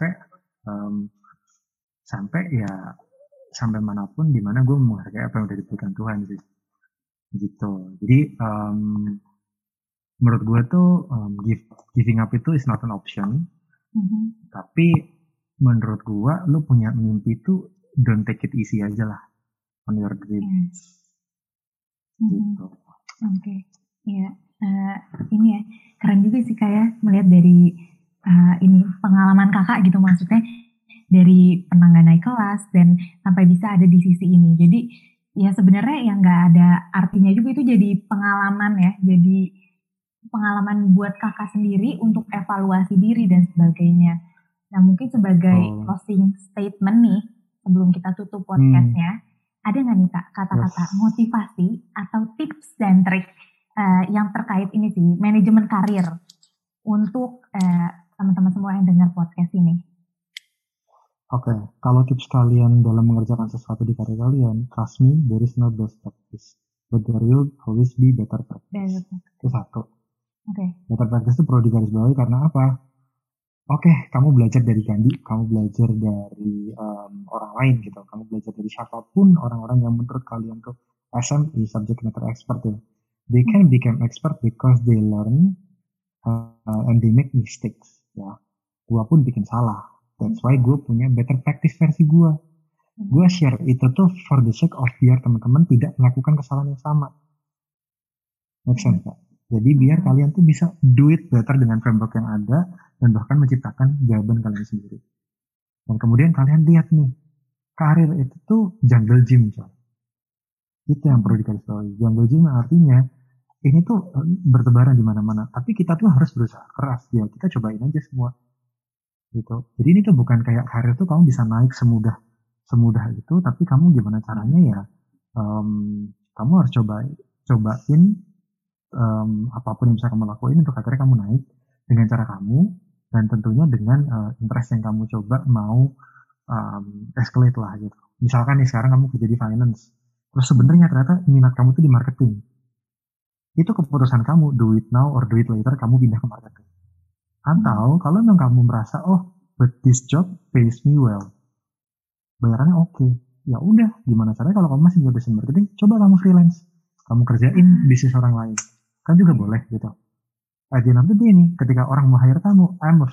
sampai manapun, dimana gue menghargai apa yang udah diberikan Tuhan sih, gitu. Jadi menurut gue tuh giving up itu is not an option, tapi menurut gua, lu punya mimpi itu don't take it easy aja lah on your dream. Gitu. Oke. Ya, ini ya keren juga sih kayak melihat dari ini pengalaman kakak gitu, maksudnya dari pernah nggak naik kelas dan sampai bisa ada di sisi ini. Jadi ya sebenarnya yang nggak ada artinya juga, itu jadi pengalaman ya, jadi pengalaman buat kakak sendiri untuk evaluasi diri dan sebagainya. Nah mungkin sebagai closing statement nih, sebelum kita tutup podcastnya, ada nggak nih Kak kata-kata motivasi atau tips dan trik yang terkait ini sih, manajemen karir untuk teman-teman semua yang dengar podcast ini? Oke, kalau tips kalian dalam mengerjakan sesuatu di karir kalian, trust me, there is no best practice, but there will always be better practice. Itu satu. Oke. Ya better practice itu perlu digarisbawahi karena apa? Oke, kamu belajar dari Gandhi, kamu belajar dari orang lain gitu, kamu belajar dari siapapun orang-orang yang menurut kalian tuh SME, subject matter expert ya. They can become expert because they learn and they make mistakes ya. Gua pun bikin salah. That's why gue punya better practice versi gue. Gue share itu tuh for the sake of biar teman-teman tidak melakukan kesalahan yang sama. Make sense Kak? Jadi biar kalian tuh bisa do it better dengan framework yang ada dan bahkan menciptakan jawaban kalian sendiri. Dan kemudian kalian lihat nih, karir itu tuh jungle gym coy. Itu yang perlu digarisbawahi. Jungle gym artinya ini tuh bertebaran di mana-mana. Tapi kita tuh harus berusaha keras ya. Kita cobain aja semua. Gitu. Jadi ini tuh bukan kayak karir tuh kamu bisa naik semudah itu. Tapi kamu gimana caranya ya? Kamu harus cobain apapun yang bisa kamu lakuin untuk akhirnya kamu naik dengan cara kamu dan tentunya dengan interest yang kamu coba mau escalate lah gitu. Misalkan nih sekarang kamu kerja di finance. Terus sebenarnya ternyata minat kamu tuh di marketing. Itu keputusan kamu, do it now or do it later, kamu pindah ke marketing. Atau kalau memang kamu merasa, oh, but this job pays me well, bayarannya oke, ya udah, gimana caranya kalau kamu masih punya bisnis marketing, coba kamu freelance, kamu kerjain bisnis orang lain, kan juga boleh gitu. At the end of the day nih, ketika orang mau hire kamu, I'm a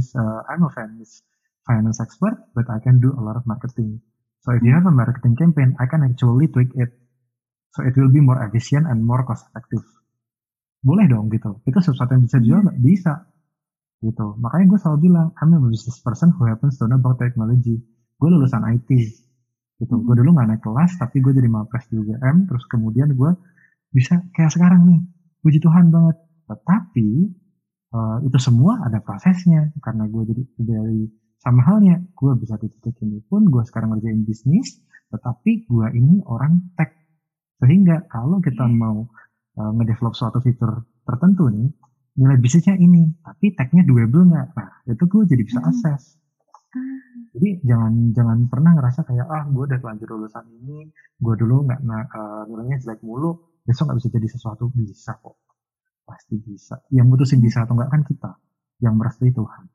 finance expert, but I can do a lot of marketing. So if you have a marketing campaign, I can actually tweak it. So it will be more efficient and more cost effective. Boleh dong gitu. Itu sesuatu yang bisa dijual nggak? Bisa. Gitu. Makanya gue selalu bilang, I'm a business person who happens to know about technology. Gue lulusan IT. Gitu. Gue dulu nggak naik kelas, tapi gue jadi mapres di UGM. Terus kemudian gue bisa kayak sekarang nih. Puji Tuhan banget. Tetapi itu semua ada prosesnya. Karena gue jadi dari sama halnya, gue bisa di titik ini pun, gue sekarang ngerjain bisnis, tetapi gue ini orang tech. Sehingga kalau kita mau ngedevelop suatu fitur tertentu nih, nilai bisnisnya ini, tapi tech-nya doable nggak? Nah, itu gue jadi bisa assess. Jadi jangan pernah ngerasa kayak, gue udah telanjur lulusan ini, gue dulu nggak nilainya jelek mulu, besok nggak bisa jadi sesuatu. Bisa kok. Pasti bisa. Yang mutusin bisa atau nggak kan kita. Yang merestui Tuhan.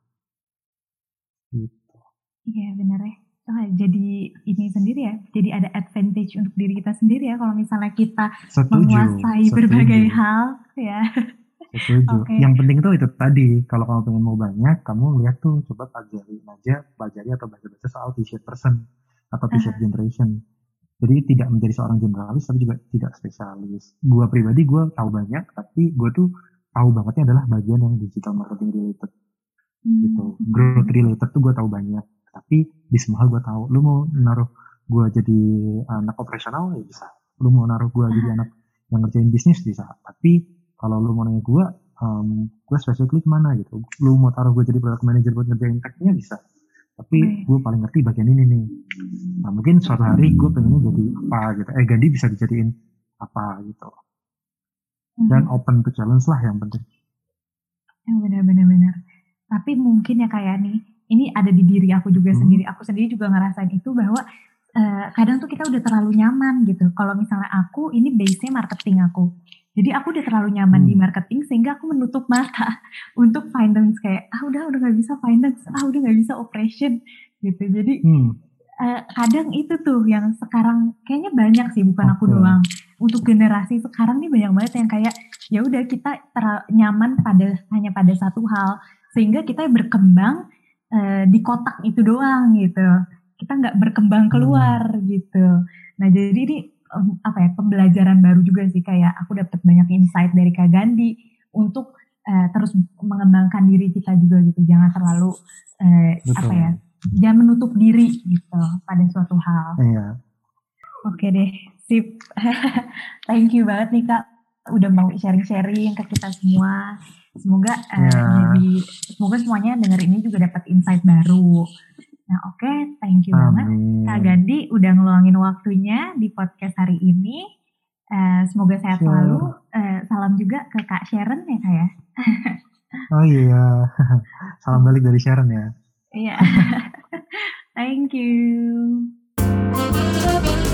Gitu. Iya, benar ya. Jadi ini sendiri ya, jadi ada advantage untuk diri kita sendiri ya kalau misalnya kita menguasai berbagai hal ya. Setuju. Okay. Yang penting tuh itu tadi, kalau kamu pengen mau banyak, kamu lihat tuh coba pelajari atau baca soal t-shirt person atau t-shirt generation. Jadi tidak menjadi seorang generalis tapi juga tidak spesialis. Gua pribadi gue tahu banyak, tapi gue tuh tahu bangetnya adalah bagian yang digital marketing related. Gitu. Growth related tuh gue tahu banyak. Tapi di semua hal gue tahu. Lu mau naruh gue jadi anak operasional ya bisa. Lu mau naruh gue jadi anak yang ngerjain bisnis bisa. Tapi kalau lu mau nanya gue spesifikly kemana gitu. Lu mau taruh gue jadi product manager buat ngerjain tech-nya bisa. Tapi gue paling ngerti bagian ini nih. Nah mungkin suatu hari gue pengennya jadi apa gitu. Gandhi bisa dijadiin apa gitu. Dan open to challenge lah yang penting. Benar. Tapi mungkin ya kayak nih, ini ada di diri aku juga sendiri. Aku sendiri juga ngerasain itu bahwa kadang tuh kita udah terlalu nyaman gitu. Kalau misalnya aku, ini base-nya marketing aku. Jadi aku udah terlalu nyaman di marketing sehingga aku menutup mata untuk finance kayak, udah gak bisa finance, udah gak bisa operation gitu. Jadi kadang itu tuh yang sekarang kayaknya banyak sih, bukan aku doang. Untuk generasi sekarang nih banyak banget yang kayak, ya udah kita nyaman hanya pada satu hal. Sehingga kita berkembang di kotak itu doang gitu. Kita nggak berkembang keluar gitu. Nah jadi ini pembelajaran baru juga sih, kayak aku dapat banyak insight dari Kak Gandhi untuk terus mengembangkan diri kita juga gitu. Jangan terlalu jangan menutup diri gitu pada suatu hal. Iya. Oke deh, sip. Thank you banget nih Kak udah mau sharing-sharing ke kita semua. Semoga semoga semuanya denger ini juga dapat insight baru. Nah thank you banget Kak Gandhi udah ngeluangin waktunya di podcast hari ini. Semoga sehat selalu. Salam juga ke Kak Sharon ya Kak ya. Oh iya, salam balik dari Sharon ya. Iya. Thank you.